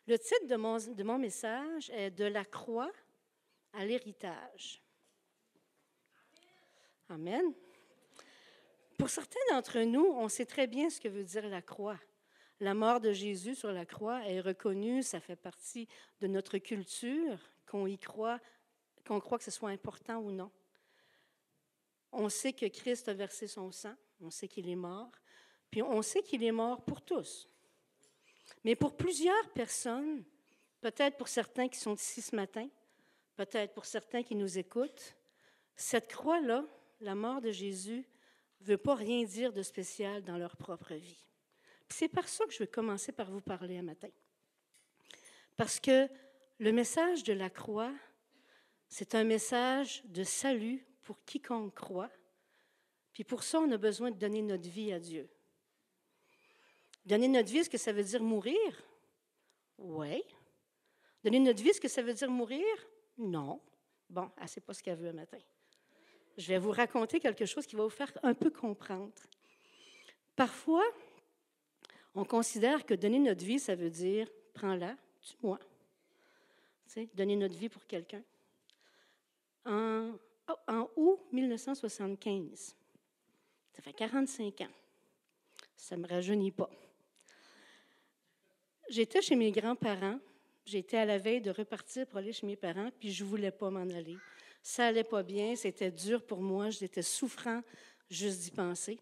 Le titre de mon message est « De la croix à l'héritage ». Amen. Pour certains d'entre nous, on sait très bien ce que veut dire la croix. La mort de Jésus sur la croix est reconnue, ça fait partie de notre culture, qu'on croit que ce soit important ou non. On sait que Christ a versé son sang, on sait qu'il est mort, puis on sait qu'il est mort pour tous. Mais pour plusieurs personnes, peut-être pour certains qui sont ici ce matin, peut-être pour certains qui nous écoutent, cette croix-là, la mort de Jésus, ne veut pas rien dire de spécial dans leur propre vie. Puis c'est par ça que je vais commencer par vous parler un matin. Parce que le message de la croix, c'est un message de salut pour quiconque croit. Puis pour ça, on a besoin de donner notre vie à Dieu. Donner notre vie, est-ce que ça veut dire mourir? Oui. Donner notre vie, est-ce que ça veut dire mourir? Non. Bon, elle ne sait pas ce qu'elle veut un matin. Je vais vous raconter quelque chose qui va vous faire un peu comprendre. Parfois, on considère que donner notre vie, ça veut dire « prends-la, tue-moi ». Tu sais, donner notre vie pour quelqu'un. En août 1975, ça fait 45 ans, ça ne me rajeunit pas. J'étais chez mes grands-parents, j'étais à la veille de repartir pour aller chez mes parents, puis je ne voulais pas m'en aller. Ça n'allait pas bien, c'était dur pour moi, j'étais souffrant juste d'y penser.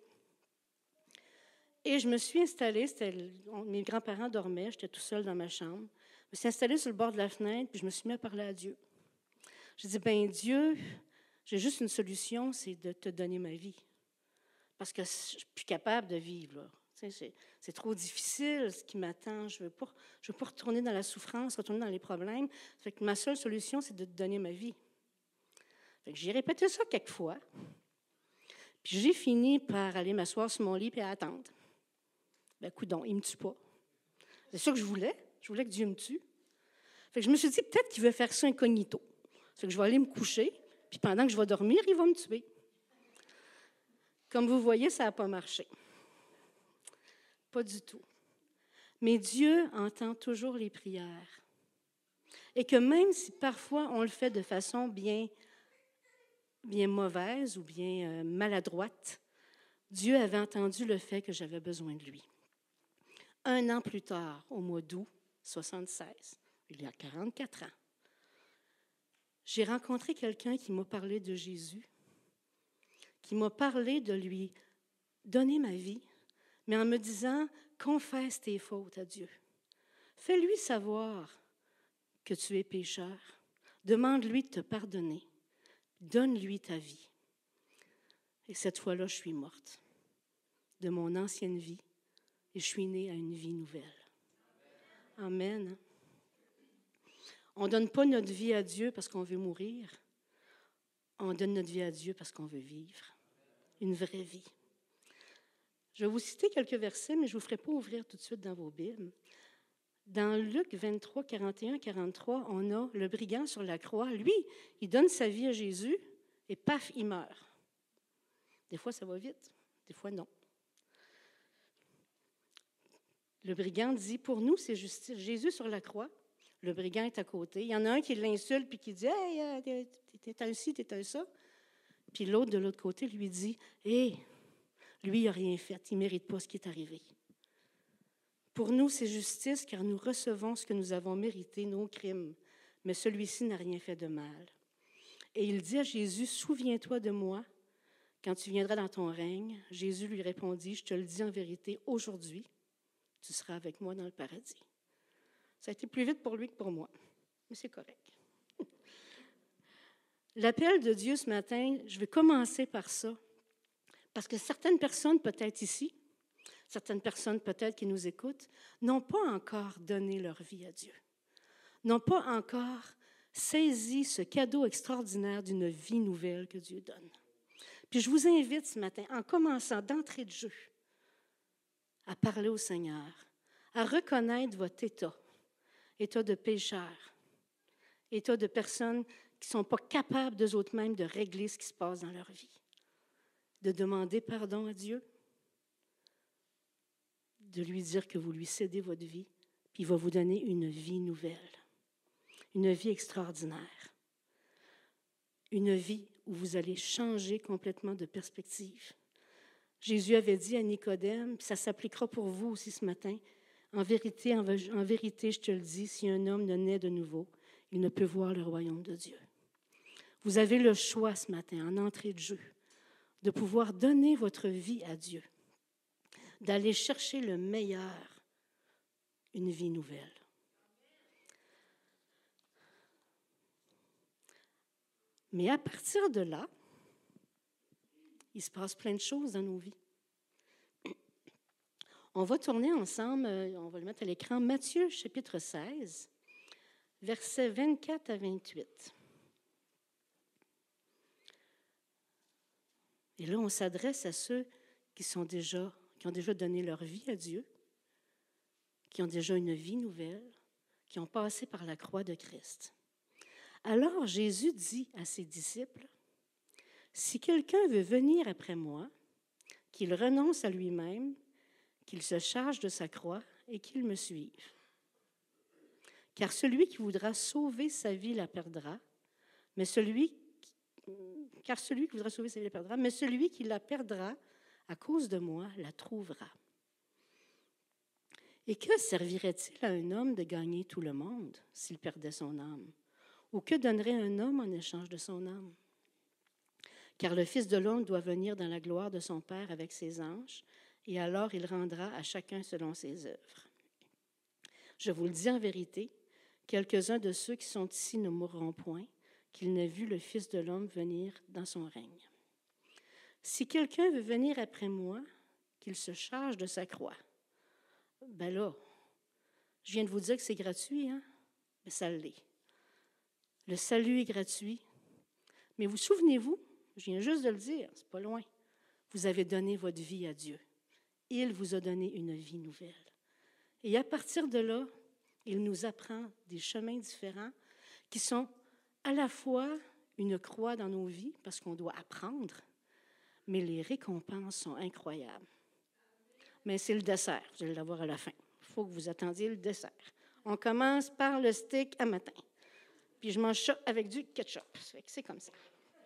Et je me suis installée, mes grands-parents dormaient, j'étais tout seul dans ma chambre. Je me suis installée sur le bord de la fenêtre, puis je me suis mis à parler à Dieu. J'ai dit, bien Dieu, j'ai juste une solution, c'est de te donner ma vie. Parce que je ne suis plus capable de vivre, là. C'est trop difficile ce qui m'attend. Je ne veux pas retourner dans la souffrance, retourner dans les problèmes. Fait que ma seule solution, c'est de te donner ma vie. Fait que j'ai répété ça quelques fois. Puis j'ai fini par aller m'asseoir sur mon lit et attendre. Ben, coudonc, il ne me tue pas. C'est ça que je voulais. Je voulais que Dieu me tue. Fait que je me suis dit, peut-être qu'il veut faire ça incognito. Fait que je vais aller me coucher, puis pendant que je vais dormir, il va me tuer. Comme vous voyez, ça n'a pas marché. Pas du tout. Mais Dieu entend toujours les prières. Et que même si parfois on le fait de façon bien mauvaise ou bien maladroite, Dieu avait entendu le fait que j'avais besoin de lui. 1 an plus tard, au mois d'août 1976, il y a 44 ans, j'ai rencontré quelqu'un qui m'a parlé de Jésus, qui m'a parlé de lui donner ma vie, mais en me disant, confesse tes fautes à Dieu. Fais-lui savoir que tu es pécheur. Demande-lui de te pardonner. Donne-lui ta vie. Et cette fois-là, je suis morte de mon ancienne vie et je suis née à une vie nouvelle. Amen. On ne donne pas notre vie à Dieu parce qu'on veut mourir. On donne notre vie à Dieu parce qu'on veut vivre une vraie vie. Je vais vous citer quelques versets, mais je ne vous ferai pas ouvrir tout de suite dans vos Bibles. Dans Luc 23, 41, 43, on a le brigand sur la croix. Lui, il donne sa vie à Jésus et paf, il meurt. Des fois, ça va vite, des fois, non. Le brigand dit, pour nous, c'est justice. Jésus sur la croix, le brigand est à côté. Il y en a un qui l'insulte puis qui dit, « Hey, t'es un ci, t'es un ça. » Puis l'autre, de l'autre côté, lui dit, « Hey, lui, il n'a rien fait, il ne mérite pas ce qui est arrivé. » Pour nous, c'est justice, car nous recevons ce que nous avons mérité, nos crimes, mais celui-ci n'a rien fait de mal. Et il dit à Jésus, « Souviens-toi de moi quand tu viendras dans ton règne. » Jésus lui répondit, « Je te le dis en vérité, aujourd'hui, tu seras avec moi dans le paradis. » Ça a été plus vite pour lui que pour moi, mais c'est correct. L'appel de Dieu ce matin, je vais commencer par ça, parce que certaines personnes, peut-être ici, certaines personnes peut-être qui nous écoutent, n'ont pas encore donné leur vie à Dieu, n'ont pas encore saisi ce cadeau extraordinaire d'une vie nouvelle que Dieu donne. Puis je vous invite ce matin, en commençant d'entrée de jeu, à parler au Seigneur, à reconnaître votre état de pécheur, état de personnes qui ne sont pas capables d'eux autres mêmes de régler ce qui se passe dans leur vie, de demander pardon à Dieu, de lui dire que vous lui cédez votre vie, puis il va vous donner une vie nouvelle, une vie extraordinaire, une vie où vous allez changer complètement de perspective. Jésus avait dit à Nicodème, puis ça s'appliquera pour vous aussi ce matin, en vérité, je te le dis, si un homme ne naît de nouveau, il ne peut voir le royaume de Dieu. Vous avez le choix ce matin, en entrée de jeu, de pouvoir donner votre vie à Dieu, d'aller chercher le meilleur, une vie nouvelle. Mais à partir de là, il se passe plein de choses dans nos vies. On va tourner ensemble, on va le mettre à l'écran, Matthieu chapitre 16, versets 24 à 28. Et là, on s'adresse à ceux qui ont déjà donné leur vie à Dieu, qui ont déjà une vie nouvelle, qui ont passé par la croix de Christ. Alors Jésus dit à ses disciples, « Si quelqu'un veut venir après moi, qu'il renonce à lui-même, qu'il se charge de sa croix et qu'il me suive. Car celui qui voudra sauver sa vie la perdra, mais celui qui la perdra à cause de moi la trouvera. Et que servirait-il à un homme de gagner tout le monde s'il perdait son âme? Ou que donnerait un homme en échange de son âme? Car le Fils de l'homme doit venir dans la gloire de son Père avec ses anges, et alors il rendra à chacun selon ses œuvres. Je vous le dis en vérité, quelques-uns de ceux qui sont ici ne mourront point, qu'ils n'aient vu le Fils de l'homme venir dans son règne. Si quelqu'un veut venir après moi, qu'il se charge de sa croix. » Ben là, je viens de vous dire que c'est gratuit, hein? Mais ça l'est. Le salut est gratuit. Mais vous souvenez-vous, je viens juste de le dire, c'est pas loin, vous avez donné votre vie à Dieu. Il vous a donné une vie nouvelle. Et à partir de là, il nous apprend des chemins différents qui sont à la fois une croix dans nos vies, parce qu'on doit apprendre, mais les récompenses sont incroyables. Mais c'est le dessert, vous allez l'avoir à la fin. Il faut que vous attendiez le dessert. On commence par le steak à matin. Puis je mange ça avec du ketchup. C'est comme ça.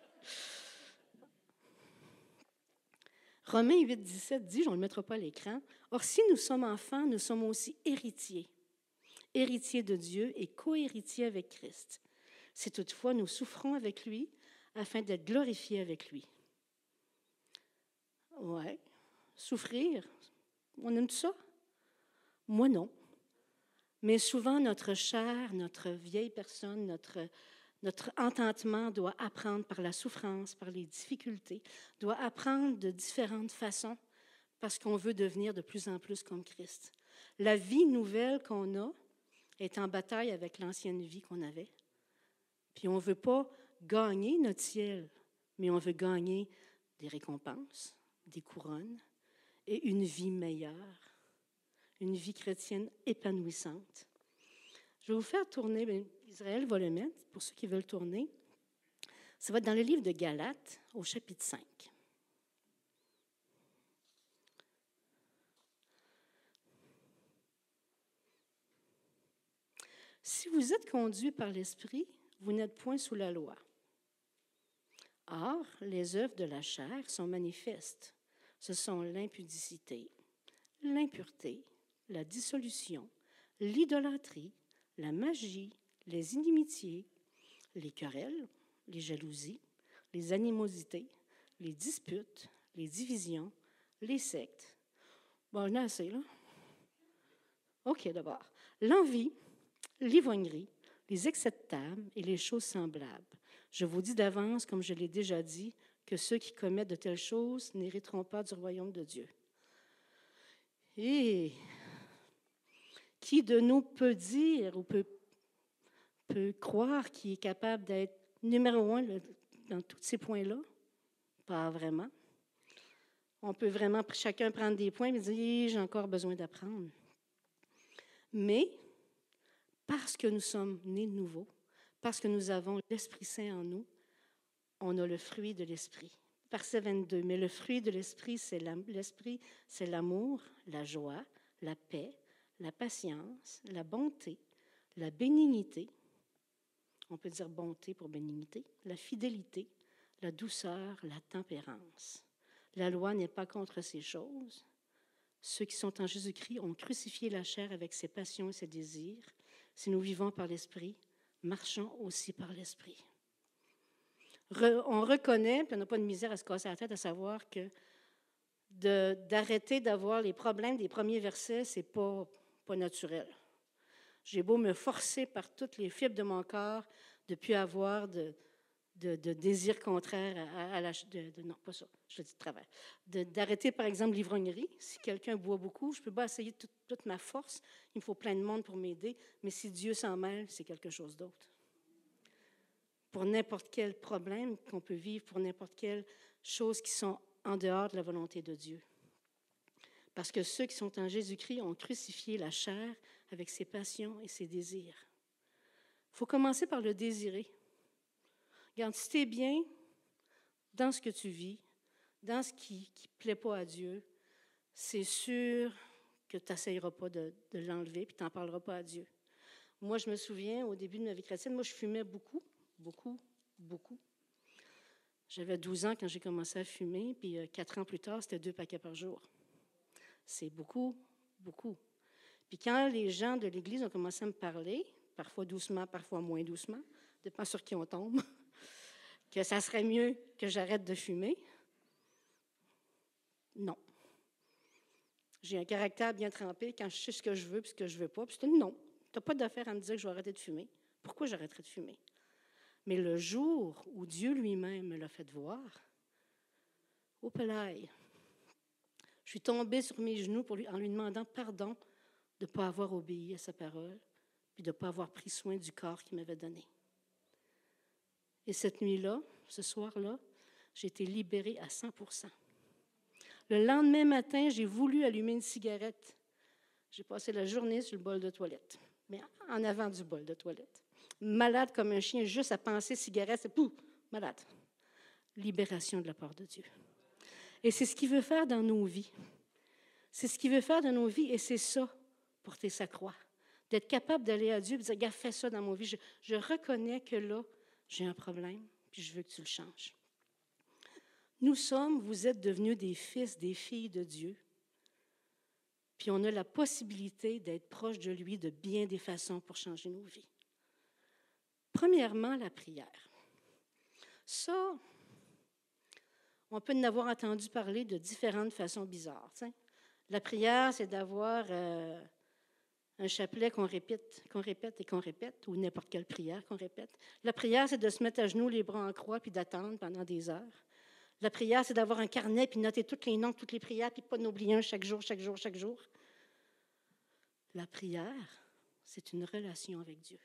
Romains 8, 17 dit, on ne le mettra pas à l'écran, « Or, si nous sommes enfants, nous sommes aussi héritiers, héritiers de Dieu et co-héritiers avec Christ. Si toutefois nous souffrons avec lui, afin d'être glorifiés avec lui. » Ouais, souffrir, on aime ça? Moi, non. Mais souvent, notre chair, notre vieille personne, notre entendement doit apprendre par la souffrance, par les difficultés, doit apprendre de différentes façons parce qu'on veut devenir de plus en plus comme Christ. La vie nouvelle qu'on a est en bataille avec l'ancienne vie qu'on avait. Puis on ne veut pas gagner notre ciel, mais on veut gagner des récompenses, des couronnes et une vie meilleure, une vie chrétienne épanouissante. Je vais vous faire tourner, bien, Israël va le mettre, pour ceux qui veulent tourner. Ça va être dans le livre de Galates, au chapitre 5. Si vous êtes conduits par l'Esprit, vous n'êtes point sous la loi. Or, les œuvres de la chair sont manifestes. Ce sont l'impudicité, l'impureté, la dissolution, l'idolâtrie, la magie, les inimitiés, les querelles, les jalousies, les animosités, les disputes, les divisions, les sectes. Bon, j'en ai assez, là. OK, d'abord. L'envie, l'ivrognerie, les excès de table et les choses semblables. Je vous dis d'avance, comme je l'ai déjà dit, que ceux qui commettent de telles choses n'hériteront pas du royaume de Dieu. Et qui de nous peut dire ou peut croire qu'il est capable d'être numéro 1 dans tous ces points-là? Pas vraiment. On peut vraiment chacun prendre des points et dire « j'ai encore besoin d'apprendre ». Mais parce que nous sommes nés de nouveau, parce que nous avons l'Esprit Saint en nous, on a le fruit de l'Esprit. Verset 22, « Mais le fruit de l'Esprit, c'est l'amour, la joie, la paix, la patience, la bonté, la bénignité, on peut dire bonté pour bénignité, la fidélité, la douceur, la tempérance. La loi n'est pas contre ces choses. Ceux qui sont en Jésus-Christ ont crucifié la chair avec ses passions et ses désirs. Si nous vivons par l'Esprit, marchons aussi par l'Esprit. On reconnaît, puis on n'a pas de misère à se casser la tête à savoir que d'arrêter d'avoir les problèmes des premiers versets, ce n'est pas naturel. J'ai beau me forcer par toutes les fibres de mon corps de ne plus avoir de désirs contraires à la... non, pas ça, je le dis de travers. D'arrêter, par exemple, l'ivrognerie. Si quelqu'un boit beaucoup, je ne peux pas essayer toute ma force. Il me faut plein de monde pour m'aider. Mais si Dieu s'en mêle, c'est quelque chose d'autre. Pour n'importe quel problème qu'on peut vivre, pour n'importe quelle chose qui sont en dehors de la volonté de Dieu. Parce que ceux qui sont en Jésus-Christ ont crucifié la chair avec ses passions et ses désirs. Il faut commencer par le désirer. Regarde, si tu es bien dans ce que tu vis, dans ce qui ne plaît pas à Dieu, c'est sûr que tu n'essayeras pas de l'enlever puis tu n'en parleras pas à Dieu. Moi, je me souviens, au début de ma vie chrétienne, moi, je fumais beaucoup. J'avais 12 ans quand j'ai commencé à fumer, puis 4 ans plus tard, c'était 2 paquets par jour. C'est beaucoup. Puis quand les gens de l'Église ont commencé à me parler, parfois doucement, parfois moins doucement, dépend sur qui on tombe, que ça serait mieux que j'arrête de fumer, non. J'ai un caractère bien trempé quand je sais ce que je veux et ce que je ne veux pas. Puis c'est non, tu n'as pas d'affaire à me dire que je vais arrêter de fumer. Pourquoi j'arrêterais de fumer? Mais le jour où Dieu lui-même me l'a fait voir, au pelaille, je suis tombée sur mes genoux en lui demandant pardon de ne pas avoir obéi à sa parole puis de ne pas avoir pris soin du corps qu'il m'avait donné. Et cette nuit-là, ce soir-là, j'ai été libérée à 100%. Le lendemain matin, j'ai voulu allumer une cigarette. J'ai passé la journée sur le bol de toilette, mais en avant du bol de toilette. Malade comme un chien, juste à penser cigarette, c'est pouf, malade. Libération de la part de Dieu. Et c'est ce qu'il veut faire dans nos vies. C'est ce qu'il veut faire dans nos vies et c'est ça, porter sa croix. D'être capable d'aller à Dieu et de dire, regarde, fais ça dans ma vie. Je reconnais que là, j'ai un problème, puis je veux que tu le changes. Vous êtes devenus des fils, des filles de Dieu. Puis on a la possibilité d'être proche de lui de bien des façons pour changer nos vies. Premièrement, la prière. Ça, on peut en avoir entendu parler de différentes façons bizarres. T'sais. La prière, c'est d'avoir un chapelet qu'on répète, ou n'importe quelle prière qu'on répète. La prière, c'est de se mettre à genoux, les bras en croix, puis d'attendre pendant des heures. La prière, c'est d'avoir un carnet, puis noter tous les noms de toutes les prières, puis pas n'oublier un chaque jour. La prière, c'est une relation avec Dieu.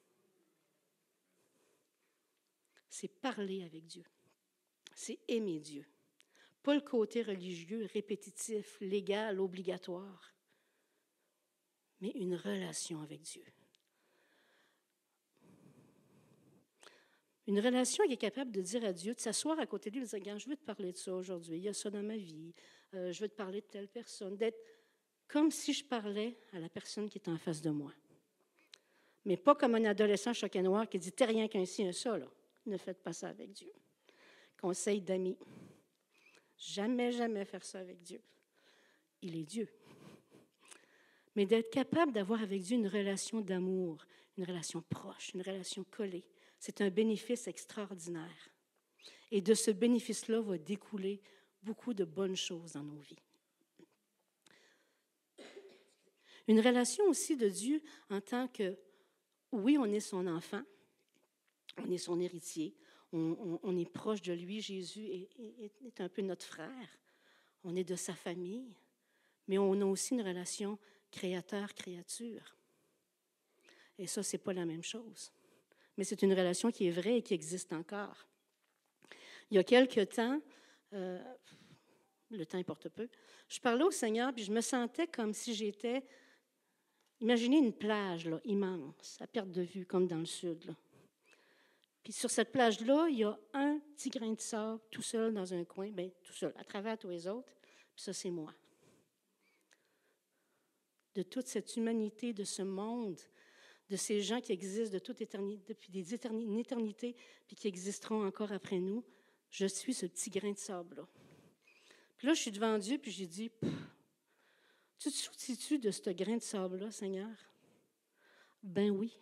C'est parler avec Dieu. C'est aimer Dieu. Pas le côté religieux, répétitif, légal, obligatoire, mais une relation avec Dieu. Une relation qui est capable de dire à Dieu, de s'asseoir à côté de lui et de dire, regarde, je veux te parler de ça aujourd'hui, il y a ça dans ma vie, je veux te parler de telle personne, d'être comme si je parlais à la personne qui est en face de moi. Mais pas comme un adolescent choqué noir qui dit, t'es rien qu'un ci, un ça, là. Ne faites pas ça avec Dieu. Conseil d'amis. Jamais faire ça avec Dieu. Il est Dieu. Mais d'être capable d'avoir avec Dieu une relation d'amour, une relation proche, une relation collée, c'est un bénéfice extraordinaire. Et de ce bénéfice-là va découler beaucoup de bonnes choses dans nos vies. Une relation aussi de Dieu en tant que, oui, on est son enfant, on est son héritier, on est proche de lui. Jésus est un peu notre frère. On est de sa famille. Mais on a aussi une relation créateur-créature. Et ça, ce n'est pas la même chose. Mais c'est une relation qui est vraie et qui existe encore. Il y a quelque temps, le temps importe peu, je parlais au Seigneur puis je me sentais comme si j'étais... Imaginez une plage là, immense, à perte de vue, comme dans le sud, là. Puis sur cette plage-là, il y a un petit grain de sable tout seul dans un coin, bien tout seul, à travers tous les autres. Puis ça, c'est moi. de toute cette humanité, de ce monde, de ces gens qui existent de toute éternité, depuis une éternité, puis qui existeront encore après nous. Je suis ce petit grain de sable-là. Puis là, je suis devant Dieu, puis j'ai dit, tu te soucies-tu de ce grain de sable-là, Seigneur? Ben oui.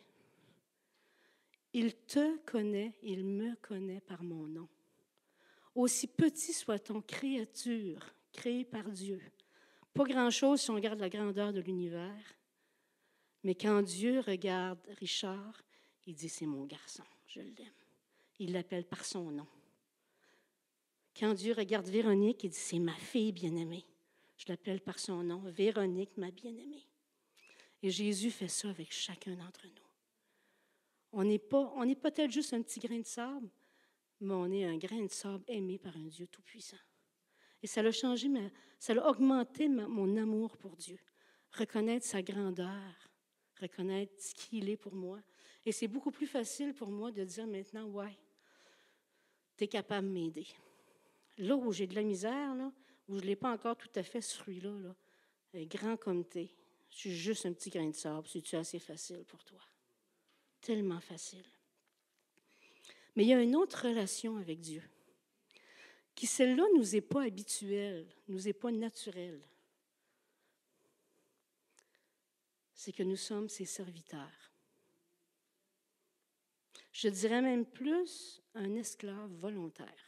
Il te connaît, il me connaît par mon nom. Aussi petit soit-on, créature créée par Dieu. Pas grand-chose si on regarde la grandeur de l'univers. Mais quand Dieu regarde Richard, il dit, c'est mon garçon, je l'aime. Il l'appelle par son nom. Quand Dieu regarde Véronique, il dit, c'est ma fille bien-aimée. Je l'appelle par son nom, Véronique, ma bien-aimée. Et Jésus fait ça avec chacun d'entre nous. On n'est pas peut-être juste un petit grain de sable, mais on est un grain de sable aimé par un Dieu tout-puissant. Et ça l'a changé, ça l'a augmenté mon amour pour Dieu. Reconnaître sa grandeur, reconnaître ce qu'il est pour moi. Et c'est beaucoup plus facile pour moi de dire maintenant, ouais, tu es capable de m'aider. Là où j'ai de la misère, là, où je ne l'ai pas encore tout à fait, ce fruit-là, là, grand comme tu es, je suis juste un petit grain de sable, c'est-tu assez facile pour toi? Tellement facile. Mais il y a une autre relation avec Dieu, qui celle-là ne nous est pas habituelle, ne nous est pas naturelle. C'est que nous sommes ses serviteurs. Je dirais même plus un esclave volontaire.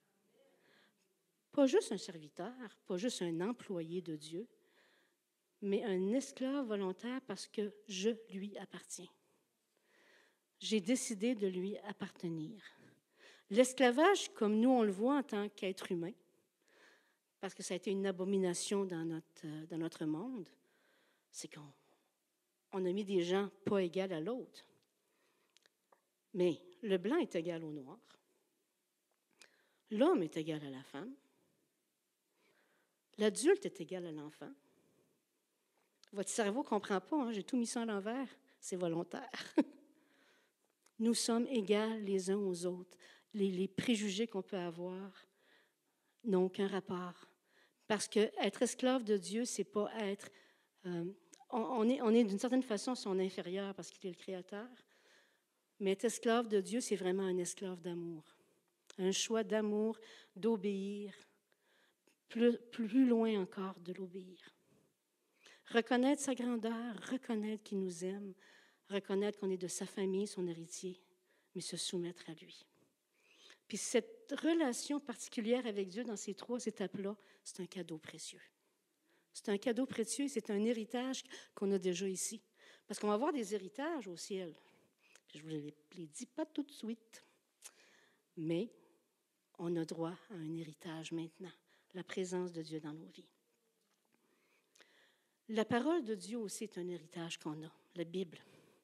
Pas juste un serviteur, pas juste un employé de Dieu, mais un esclave volontaire parce que je lui appartiens. J'ai décidé de lui appartenir. L'esclavage, comme nous on le voit en tant qu'être humain, parce que ça a été une abomination dans notre monde, c'est qu'on a mis des gens pas égaux à l'autre. Mais le blanc est égal au noir. L'homme est égal à la femme. L'adulte est égal à l'enfant. Votre cerveau ne comprend pas, hein? J'ai tout mis ça à l'envers, c'est volontaire. Nous sommes égaux les uns aux autres. Les préjugés qu'on peut avoir n'ont aucun rapport. Parce qu'être esclave de Dieu, c'est pas être... on est d'une certaine façon son inférieur parce qu'il est le Créateur. Mais être esclave de Dieu, c'est vraiment un esclave d'amour. Un choix d'amour, d'obéir, plus loin encore de l'obéir. Reconnaître sa grandeur, reconnaître qu'il nous aime, reconnaître qu'on est de sa famille, son héritier, mais se soumettre à lui. Puis cette relation particulière avec Dieu dans ces 3 étapes-là, c'est un cadeau précieux. C'est un cadeau précieux, c'est un héritage qu'on a déjà ici. Parce qu'on va avoir des héritages au ciel. Je ne vous les dis pas tout de suite, mais on a droit à un héritage maintenant, la présence de Dieu dans nos vies. La parole de Dieu aussi est un héritage qu'on a, la Bible.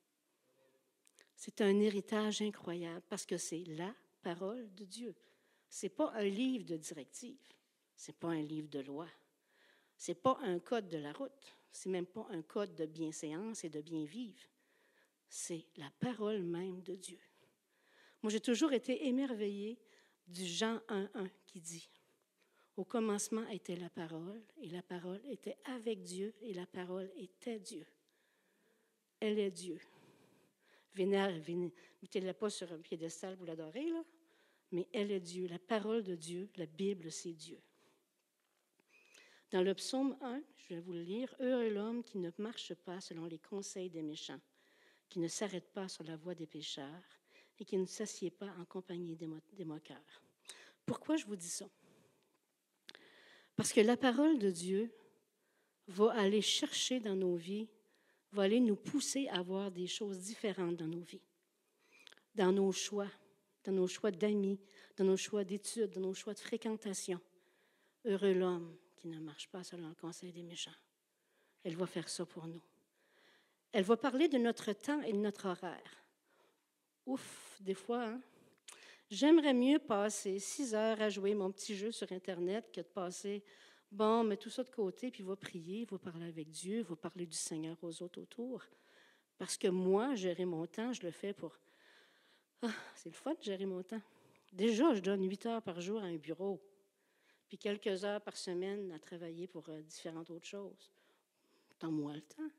C'est un héritage incroyable parce que c'est la parole de Dieu. Ce n'est pas un livre de directives, ce n'est pas un livre de loi, ce n'est pas un code de la route, ce n'est même pas un code de bienséance et de bien vivre. C'est la parole même de Dieu. Moi, j'ai toujours été émerveillée du Jean 1:1 qui dit « Au commencement était la parole, et la parole était avec Dieu, et la parole était Dieu. » Elle est Dieu. Mettez-la pas sur un piédestal pour l'adorer, là, mais elle est Dieu. La parole de Dieu, la Bible, c'est Dieu. Dans le psaume 1, je vais vous le lire, « Heureux l'homme qui ne marche pas selon les conseils des méchants, qui ne s'arrête pas sur la voie des pécheurs et qui ne s'assied pas en compagnie des moqueurs. » Pourquoi je vous dis ça? Parce que la parole de Dieu va aller chercher dans nos vies, va aller nous pousser à voir des choses différentes dans nos vies, dans nos choix d'amis, dans nos choix d'études, dans nos choix de fréquentation. Heureux l'homme qui ne marche pas selon le conseil des méchants. Elle va faire ça pour nous. Elle va parler de notre temps et de notre horaire. Ouf, des fois, hein? J'aimerais mieux passer 6 heures à jouer mon petit jeu sur Internet que de passer, mets tout ça de côté, puis va prier, va parler avec Dieu, va parler du Seigneur aux autres autour. Parce que moi, gérer mon temps, je le fais pour... c'est le fun de gérer mon temps. Déjà, je donne 8 heures par jour à un bureau, puis quelques heures par semaine à travailler pour différentes autres choses. Donne-moi le temps.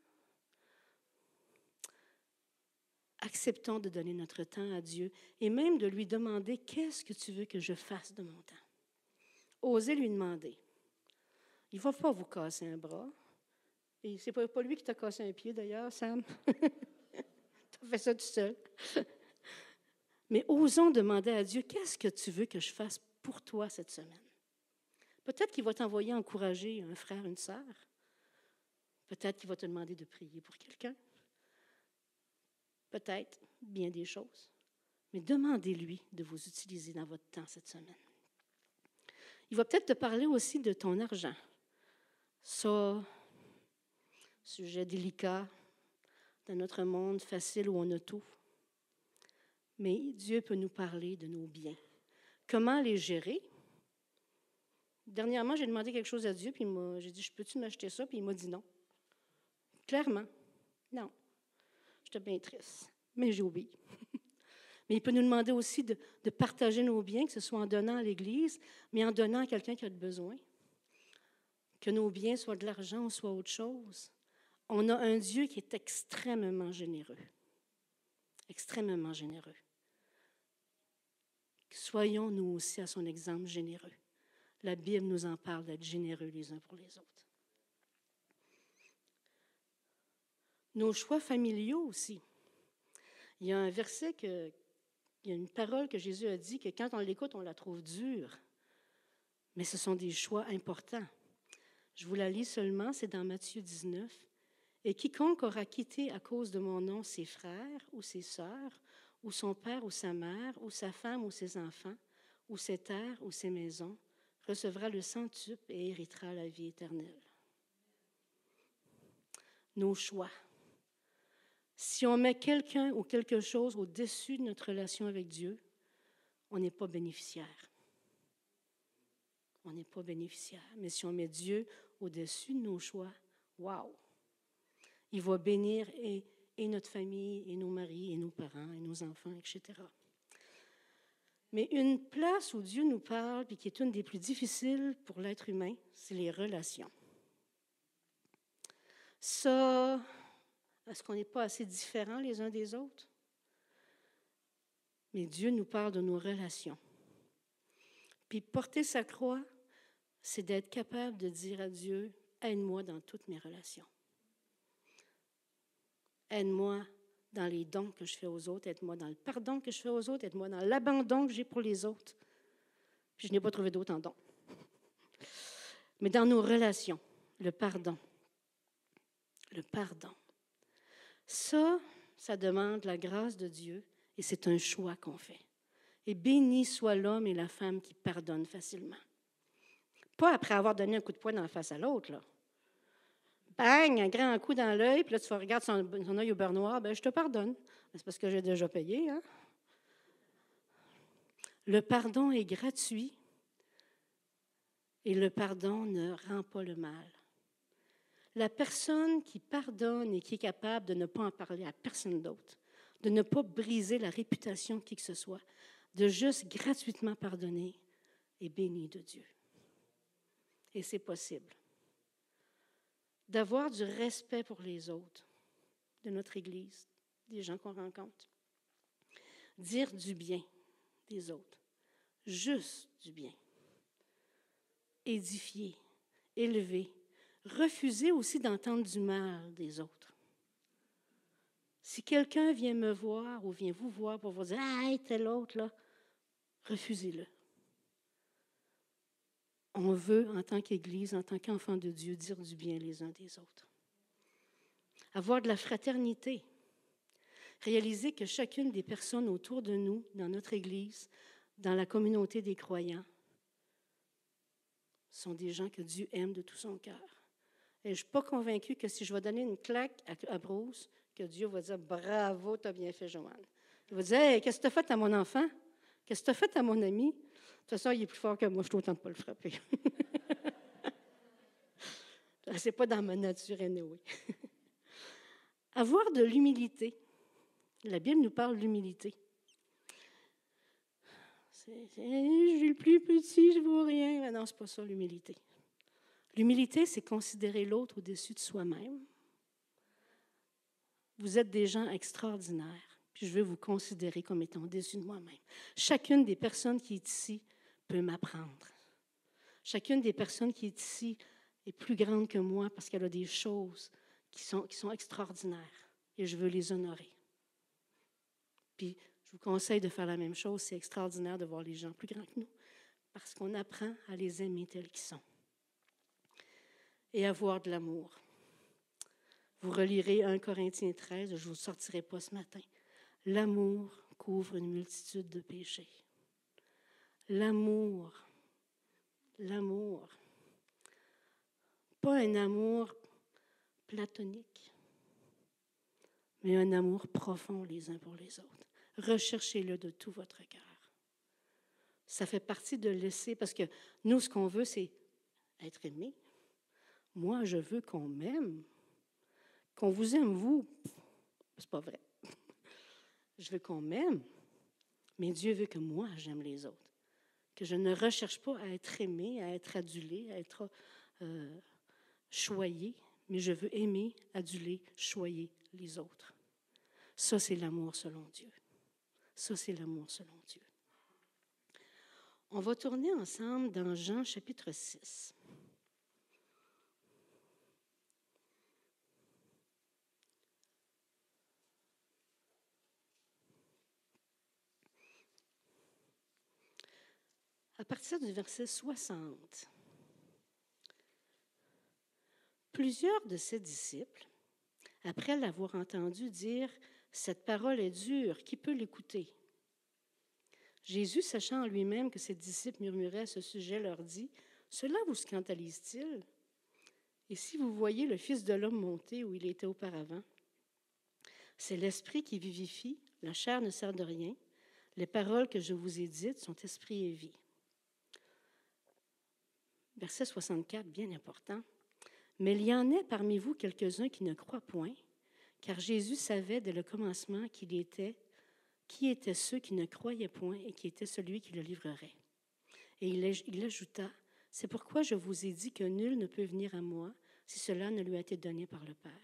Acceptons de donner notre temps à Dieu et même de lui demander « Qu'est-ce que tu veux que je fasse de mon temps? » Osez lui demander. Il ne va pas vous casser un bras. Et ce n'est pas lui qui t'a cassé un pied, d'ailleurs, Sam. Tu as fait ça tout seul. Mais osons demander à Dieu, qu'est-ce que tu veux que je fasse pour toi cette semaine? Peut-être qu'il va t'envoyer encourager un frère, une sœur. Peut-être qu'il va te demander de prier pour quelqu'un. Peut-être bien des choses. Mais demandez-lui de vous utiliser dans votre temps cette semaine. Il va peut-être te parler aussi de ton argent. Ça, sujet délicat dans notre monde facile où on a tout. Mais Dieu peut nous parler de nos biens. Comment les gérer? Dernièrement, j'ai demandé quelque chose à Dieu, puis j'ai dit, peux-tu m'acheter ça? Puis il m'a dit non. Clairement, non. J'étais bien triste, mais j'ai obéi. Mais il peut nous demander aussi de partager nos biens, que ce soit en donnant à l'Église, mais en donnant à quelqu'un qui a besoin. Que nos biens soient de l'argent ou soit autre chose. On a un Dieu qui est extrêmement généreux. Extrêmement généreux. Soyons nous aussi à son exemple généreux. La Bible nous en parle d'être généreux les uns pour les autres. Nos choix familiaux aussi. Il y a un verset, il y a une parole que Jésus a dit que quand on l'écoute, on la trouve dure. Mais ce sont des choix importants. Je vous la lis seulement, c'est dans Matthieu 19. « Et quiconque aura quitté à cause de mon nom ses frères ou ses sœurs, ou son père ou sa mère, ou sa femme ou ses enfants, ou ses terres ou ses maisons, recevra le centuple et héritera la vie éternelle. » Nos choix. Si on met quelqu'un ou quelque chose au-dessus de notre relation avec Dieu, on n'est pas bénéficiaire. On n'est pas bénéficiaire. Mais si on met Dieu au-dessus de nos choix, wow! Il va bénir et notre famille, et nos maris, et nos parents, et nos enfants, etc. Mais une place où Dieu nous parle, et qui est une des plus difficiles pour l'être humain, c'est les relations. Ça, est-ce qu'on n'est pas assez différents les uns des autres? Mais Dieu nous parle de nos relations. Puis porter sa croix, c'est d'être capable de dire à Dieu, aide-moi dans toutes mes relations. Aide-moi dans les dons que je fais aux autres, aide-moi dans le pardon que je fais aux autres, aide-moi dans l'abandon que j'ai pour les autres. Puis je n'ai pas trouvé d'autre en don. Mais dans nos relations, le pardon. Le pardon. Ça demande la grâce de Dieu et c'est un choix qu'on fait. Et béni soit l'homme et la femme qui pardonnent facilement. Pas après avoir donné un coup de poing dans la face à l'autre, là. Bang, un grand coup dans l'œil, puis là, tu regardes son œil au beurre noir, bien, je te pardonne. C'est parce que j'ai déjà payé, hein? Le pardon est gratuit et le pardon ne rend pas le mal. La personne qui pardonne et qui est capable de ne pas en parler à personne d'autre, de ne pas briser la réputation de qui que ce soit, de juste gratuitement pardonner, est bénie de Dieu. Et c'est possible. D'avoir du respect pour les autres, de notre Église, des gens qu'on rencontre. Dire du bien des autres, juste du bien. Édifier, élever, refuser aussi d'entendre du mal des autres. Si quelqu'un vient me voir ou vient vous voir pour vous dire « Ah, hey, tel autre, là », refusez-le. On veut, en tant qu'Église, en tant qu'enfant de Dieu, dire du bien les uns des autres. Avoir de la fraternité. Réaliser que chacune des personnes autour de nous, dans notre Église, dans la communauté des croyants, sont des gens que Dieu aime de tout son cœur. Et je ne suis pas convaincue que si je vais donner une claque à Bruce, que Dieu va dire « Bravo, tu as bien fait, Joanne. » Il va dire « Hey, qu'est-ce que tu as fait à mon enfant? Qu'est-ce que tu as fait à mon ami? » De toute façon, il est plus fort que moi, je ne tente pas de le frapper. Ce n'est pas dans ma nature, anyway. Avoir de l'humilité. La Bible nous parle d'humilité. Je suis le plus petit, je ne vaux rien. Mais non, ce n'est pas ça, l'humilité. L'humilité, c'est considérer l'autre au-dessus de soi-même. Vous êtes des gens extraordinaires, puis je veux vous considérer comme étant au-dessus de moi-même. Chacune des personnes qui est ici peut m'apprendre. Chacune des personnes qui est ici est plus grande que moi parce qu'elle a des choses qui sont extraordinaires et je veux les honorer. Puis, je vous conseille de faire la même chose. C'est extraordinaire de voir les gens plus grands que nous parce qu'on apprend à les aimer tels qu'ils sont et à avoir de l'amour. Vous relirez 1 Corinthiens 13, je ne vous sortirai pas ce matin. L'amour couvre une multitude de péchés. L'amour. Pas un amour platonique, mais un amour profond les uns pour les autres. Recherchez-le de tout votre cœur. Ça fait partie de laisser, parce que nous, ce qu'on veut, c'est être aimé. Moi, je veux qu'on m'aime. Qu'on vous aime, vous, c'est pas vrai. Je veux qu'on m'aime, mais Dieu veut que moi, j'aime les autres. Que je ne recherche pas à être aimé, à être adulé, à être choyé, mais je veux aimer, aduler, choyer les autres. Ça, c'est l'amour selon Dieu. Ça, c'est l'amour selon Dieu. On va tourner ensemble dans Jean chapitre 6. À partir du verset 60, plusieurs de ses disciples, après l'avoir entendu dire « Cette parole est dure, qui peut l'écouter ?» Jésus, sachant en lui-même que ses disciples murmuraient à ce sujet, leur dit « Cela vous scandalise-t-il? Et si vous voyez le Fils de l'homme monter où il était auparavant, c'est l'Esprit qui vivifie, la chair ne sert de rien. Les paroles que je vous ai dites sont esprit et vie. » Verset 64, bien important. « Mais il y en a parmi vous quelques-uns qui ne croient point, car Jésus savait dès le commencement qui étaient ceux qui ne croyaient point et qui était celui qui le livrerait. Et il ajouta, « C'est pourquoi je vous ai dit que nul ne peut venir à moi si cela ne lui a été donné par le Père. »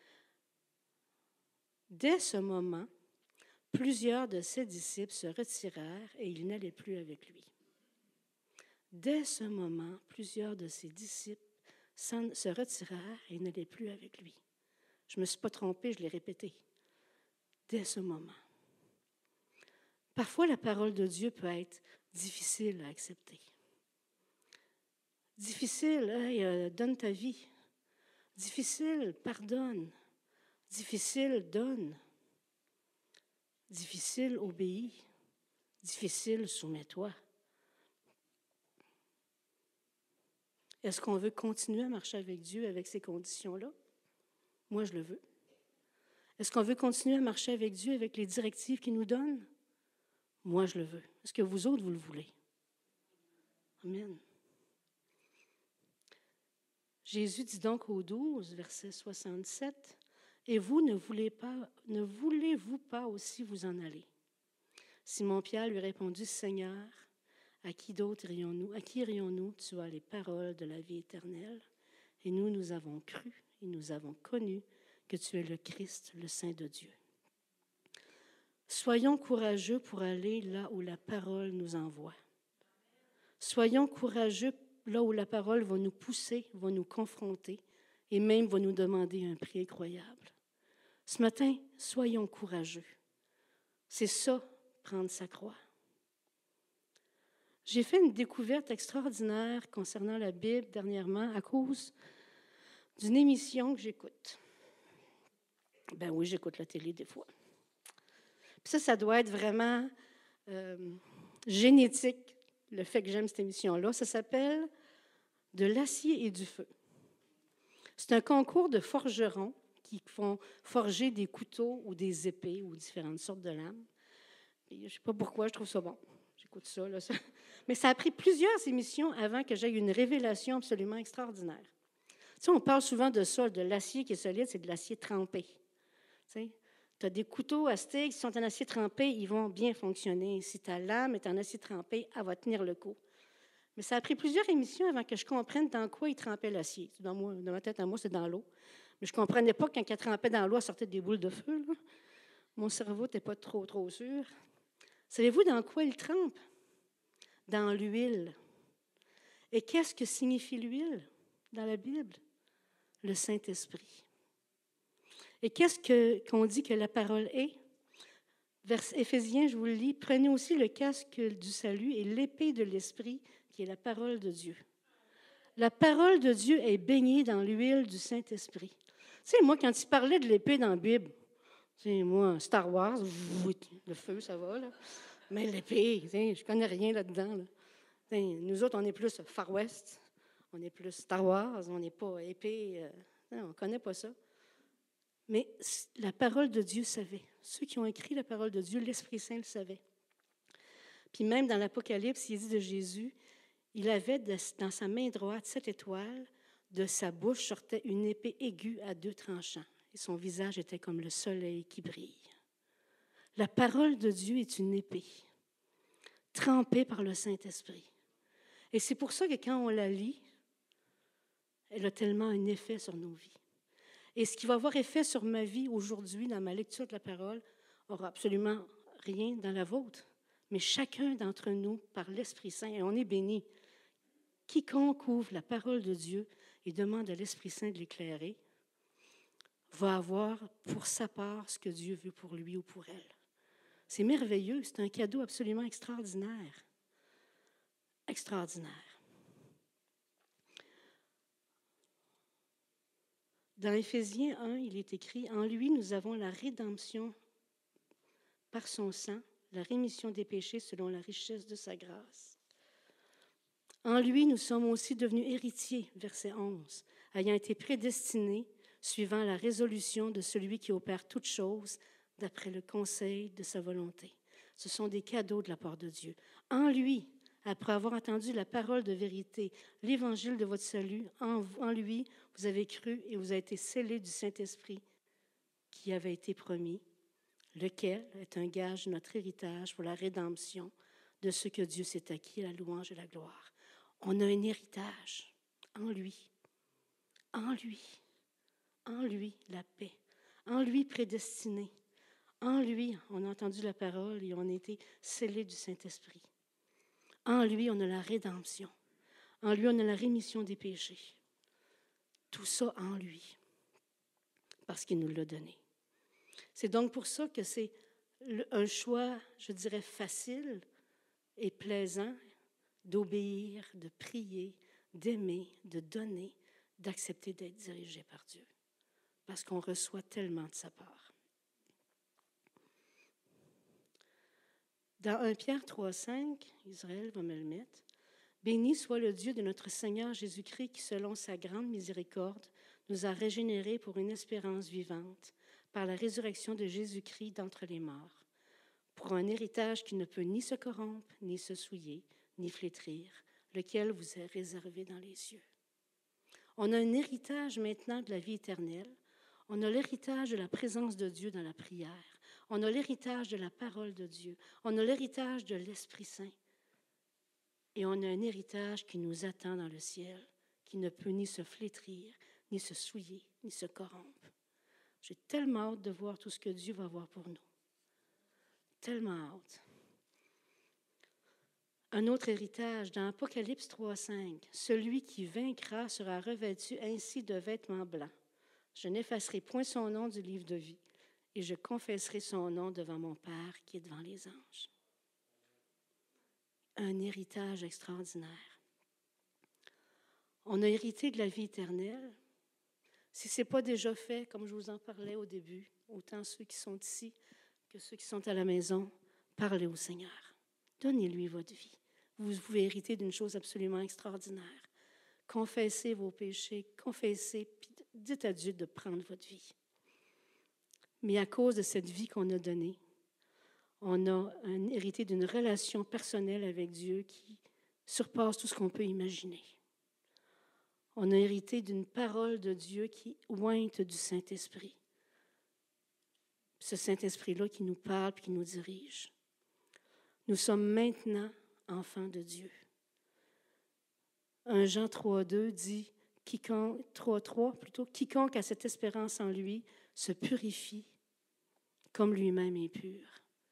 Dès ce moment, plusieurs de ses disciples se retirèrent et ils n'allaient plus avec lui. Dès ce moment, plusieurs de ses disciples se retirèrent et n'allaient plus avec lui. Je ne me suis pas trompée, je l'ai répété. Dès ce moment. Parfois, la parole de Dieu peut être difficile à accepter. Difficile, hey, donne ta vie. Difficile, pardonne. Difficile, donne. Difficile, obéis. Difficile, soumets-toi. Est-ce qu'on veut continuer à marcher avec Dieu avec ces conditions-là? Moi, je le veux. Est-ce qu'on veut continuer à marcher avec Dieu avec les directives qu'il nous donne? Moi, je le veux. Est-ce que vous autres, vous le voulez? Amen. Jésus dit donc au 12, verset 67, « Et vous, ne voulez-vous pas aussi vous en aller? » Simon-Pierre lui répondit, « Seigneur, à qui d'autre irions-nous? À qui irions-nous? Tu as les paroles de la vie éternelle. Et nous avons cru et nous avons connu que tu es le Christ, le Saint de Dieu. » Soyons courageux pour aller là où la parole nous envoie. Soyons courageux là où la parole va nous pousser, va nous confronter et même va nous demander un prix incroyable. Ce matin, soyons courageux. C'est ça, prendre sa croix. J'ai fait une découverte extraordinaire concernant la Bible dernièrement à cause d'une émission que j'écoute. Ben oui, j'écoute la télé des fois. Puis ça doit être vraiment génétique, le fait que j'aime cette émission-là. Ça s'appelle « De l'acier et du feu ». C'est un concours de forgerons qui font forger des couteaux ou des épées ou différentes sortes de lames. Et je ne sais pas pourquoi, je trouve ça bon. J'écoute ça, là. Mais ça a pris plusieurs émissions avant que j'aie une révélation absolument extraordinaire. Tu sais, on parle souvent de ça, de l'acier qui est solide, c'est de l'acier trempé. Tu as des couteaux à steak, qui sont en acier trempé, ils vont bien fonctionner. Si ta lame est en acier trempé, elle va tenir le coup. Mais ça a pris plusieurs émissions avant que je comprenne dans quoi il trempait l'acier. Dans ma tête à moi, c'est dans l'eau. Mais je ne comprenais pas quand il trempait dans l'eau, elle sortait des boules de feu. Là. Mon cerveau n'était pas trop sûr. Savez-vous dans quoi il trempe? Dans l'huile. Et qu'est-ce que signifie l'huile dans la Bible? Le Saint-Esprit. Et qu'est-ce qu'on dit que la parole est? Vers Éphésiens, je vous le lis, prenez aussi le casque du salut et l'épée de l'Esprit, qui est la parole de Dieu. La parole de Dieu est baignée dans l'huile du Saint-Esprit. Tu sais, moi, quand il parlait de l'épée dans la Bible, tu moi, Star Wars, le feu, ça va, là. Mais l'épée, tu sais, je connais rien là-dedans. Là. Nous autres, on est plus Far West, on est plus Star Wars, on n'est pas épée, on ne connaît pas ça. Mais la parole de Dieu savait. Ceux qui ont écrit la parole de Dieu, l'Esprit Saint le savait. Puis même dans l'Apocalypse, il dit de Jésus, il avait dans sa main droite 7 étoiles, de sa bouche sortait une épée aiguë à 2 tranchants, et son visage était comme le soleil qui brille. La parole de Dieu est une épée, trempée par le Saint-Esprit. Et c'est pour ça que quand on la lit, elle a tellement un effet sur nos vies. Et ce qui va avoir effet sur ma vie aujourd'hui, dans ma lecture de la parole, aura absolument rien dans la vôtre. Mais chacun d'entre nous, par l'Esprit Saint, et on est béni, quiconque ouvre la parole de Dieu et demande à l'Esprit Saint de l'éclairer, va avoir pour sa part ce que Dieu veut pour lui ou pour elle. C'est merveilleux, c'est un cadeau absolument extraordinaire. Extraordinaire. Dans Éphésiens 1, il est écrit « En lui, nous avons la rédemption par son sang, la rémission des péchés selon la richesse de sa grâce. En lui, nous sommes aussi devenus héritiers, verset 11, ayant été prédestinés, suivant la résolution de celui qui opère toutes choses d'après le conseil de sa volonté. » Ce sont des cadeaux de la part de Dieu. En lui, après avoir entendu la parole de vérité, l'évangile de votre salut, en lui, vous avez cru et vous avez été scellés du Saint-Esprit qui avait été promis, lequel est un gage de notre héritage pour la rédemption de ce que Dieu s'est acquis, la louange et la gloire. On a un héritage en lui, en lui, en lui, la paix, en lui prédestiné, en lui, on a entendu la parole et on a été scellés du Saint-Esprit. En lui, on a la rédemption. En lui, on a la rémission des péchés. Tout ça en lui, parce qu'il nous l'a donné. C'est donc pour ça que c'est un choix, je dirais, facile et plaisant d'obéir, de prier, d'aimer, de donner, d'accepter d'être dirigé par Dieu, parce qu'on reçoit tellement de sa part. Dans 1 Pierre 3,5, Israël va me le mettre, « Béni soit le Dieu de notre Seigneur Jésus-Christ qui, selon sa grande miséricorde, nous a régénérés pour une espérance vivante par la résurrection de Jésus-Christ d'entre les morts, pour un héritage qui ne peut ni se corrompre, ni se souiller, ni flétrir, lequel vous est réservé dans les cieux. » On a un héritage maintenant de la vie éternelle. On a l'héritage de la présence de Dieu dans la prière. On a l'héritage de la parole de Dieu. On a l'héritage de l'Esprit Saint. Et on a un héritage qui nous attend dans le ciel, qui ne peut ni se flétrir, ni se souiller, ni se corrompre. J'ai tellement hâte de voir tout ce que Dieu va avoir pour nous. Tellement hâte. Un autre héritage dans Apocalypse 3,5. « Celui qui vaincra sera revêtu ainsi de vêtements blancs. Je n'effacerai point son nom du livre de vie, et je confesserai son nom devant mon Père qui est devant les anges. » Un héritage extraordinaire. On a hérité de la vie éternelle. Si ce n'est pas déjà fait, comme je vous en parlais au début, autant ceux qui sont ici que ceux qui sont à la maison, parlez au Seigneur. Donnez-lui votre vie. Vous pouvez hériter d'une chose absolument extraordinaire. Confessez vos péchés, confessez, puis dites à Dieu de prendre votre vie. Mais à cause de cette vie qu'on a donnée, on a hérité d'une relation personnelle avec Dieu qui surpasse tout ce qu'on peut imaginer. On a hérité d'une parole de Dieu qui ointe du Saint-Esprit. Ce Saint-Esprit-là qui nous parle et qui nous dirige. Nous sommes maintenant enfants de Dieu. 1 Jean 3,2 dit, quiconque a cette espérance en lui se purifie comme lui-même est pur.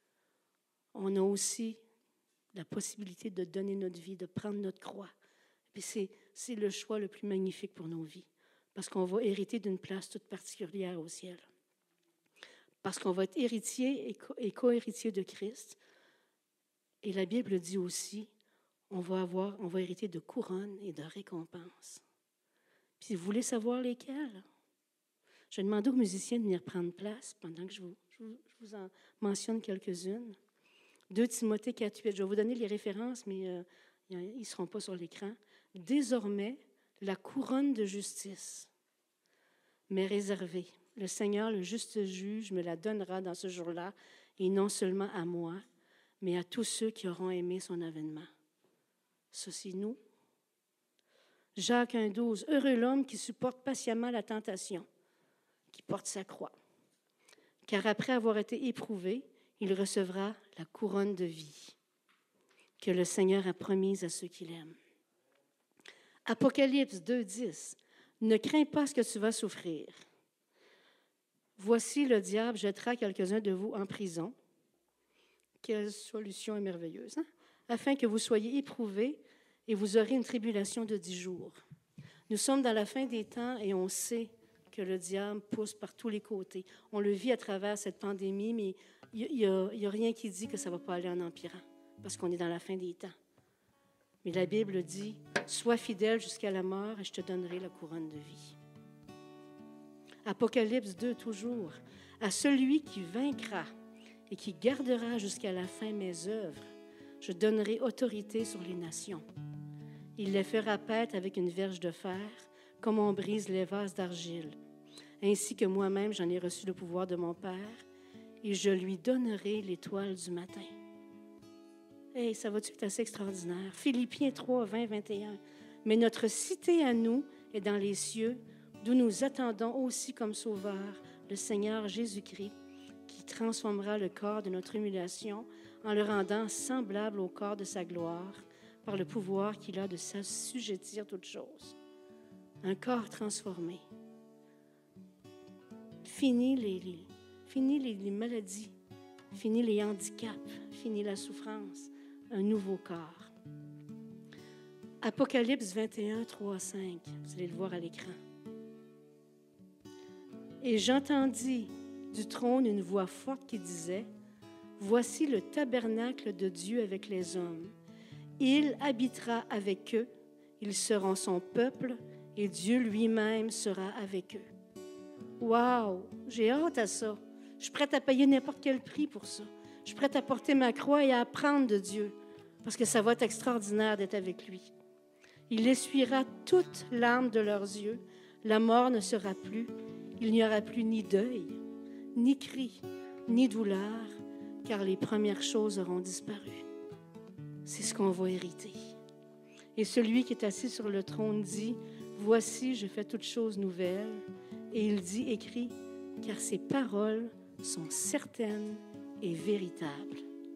On a aussi la possibilité de donner notre vie, de prendre notre croix. Et c'est le choix le plus magnifique pour nos vies, parce qu'on va hériter d'une place toute particulière au ciel. Parce qu'on va être héritier et co-héritier de Christ. Et la Bible dit aussi, on va hériter de couronnes et de récompenses. Puis si vous voulez savoir lesquelles, je vais demander aux musiciens de venir prendre place pendant que je vous en mentionne quelques-unes. 2 Timothée 4,8. Je vais vous donner les références, mais ils ne seront pas sur l'écran. Désormais, la couronne de justice m'est réservée. Le Seigneur, le juste juge, me la donnera dans ce jour-là, et non seulement à moi, mais à tous ceux qui auront aimé son avènement. Ça, c'est nous. Jacques 1,12. Heureux l'homme qui supporte patiemment la tentation, qui porte sa croix. Car après avoir été éprouvé, il recevra la couronne de vie que le Seigneur a promise à ceux qui l'aiment. Apocalypse 2,10. Ne crains pas ce que tu vas souffrir. Voici le diable jettera quelques-uns de vous en prison. Quelle solution merveilleuse, hein? Afin que vous soyez éprouvés et vous aurez une tribulation de 10 jours. Nous sommes dans la fin des temps et on sait que le diable pousse par tous les côtés. On le vit à travers cette pandémie, mais il n'y a rien qui dit que ça ne va pas aller en empirant, parce qu'on est dans la fin des temps. Mais la Bible dit, « Sois fidèle jusqu'à la mort et je te donnerai la couronne de vie. » Apocalypse 2, toujours. « À celui qui vaincra et qui gardera jusqu'à la fin mes œuvres, je donnerai autorité sur les nations. Il les fera paître avec une verge de fer, comme on brise les vases d'argile. Ainsi que moi-même, j'en ai reçu le pouvoir de mon Père, et je lui donnerai l'étoile du matin. » Hey, ça va-tu être assez extraordinaire? Philippiens 3, 20, 21. « Mais notre cité à nous est dans les cieux, d'où nous attendons aussi comme sauveur le Seigneur Jésus-Christ, qui transformera le corps de notre humiliation en le rendant semblable au corps de sa gloire, par le pouvoir qu'il a de s'assujettir toutes choses. » Un corps transformé. Fini les maladies, fini les handicaps, fini la souffrance, un nouveau corps. Apocalypse 21, 3, 5, vous allez le voir à l'écran. « Et j'entendis du trône une voix forte qui disait, « Voici le tabernacle de Dieu avec les hommes. Il habitera avec eux, ils seront son peuple, et Dieu lui-même sera avec eux. » Wow! J'ai hâte à ça. Je suis prête à payer n'importe quel prix pour ça. Je suis prête à porter ma croix et à apprendre de Dieu, parce que ça va être extraordinaire d'être avec lui. Il essuiera toute larme de leurs yeux. La mort ne sera plus. Il n'y aura plus ni deuil, ni cri, ni douleur, car les premières choses auront disparu. C'est ce qu'on va hériter. Et celui qui est assis sur le trône dit, « Voici, je fais toutes choses nouvelles. » Et il dit, écrit, « Car ces paroles sont certaines et véritables. »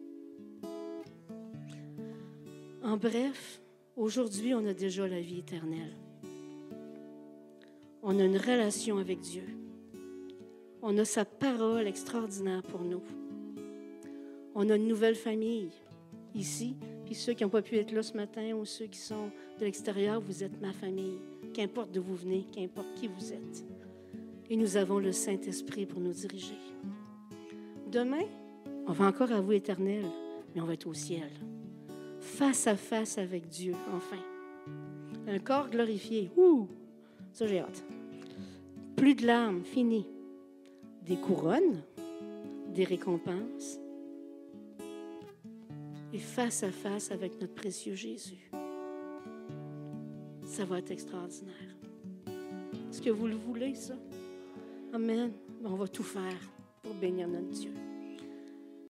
En bref, aujourd'hui, on a déjà la vie éternelle. On a une relation avec Dieu. On a sa parole extraordinaire pour nous. On a une nouvelle famille ici. Puis ceux qui n'ont pas pu être là ce matin ou ceux qui sont de l'extérieur, vous êtes ma famille. Qu'importe d'où vous venez, qu'importe qui vous êtes. Et nous avons le Saint-Esprit pour nous diriger. Demain, on va encore à vous éternel, mais on va être au ciel. Face à face avec Dieu, enfin. Un corps glorifié. Ouh! Ça, j'ai hâte. Plus de larmes, fini. Des couronnes, des récompenses. Et face à face avec notre précieux Jésus. Ça va être extraordinaire. Est-ce que vous le voulez, ça? Amen. On va tout faire pour bénir notre Dieu.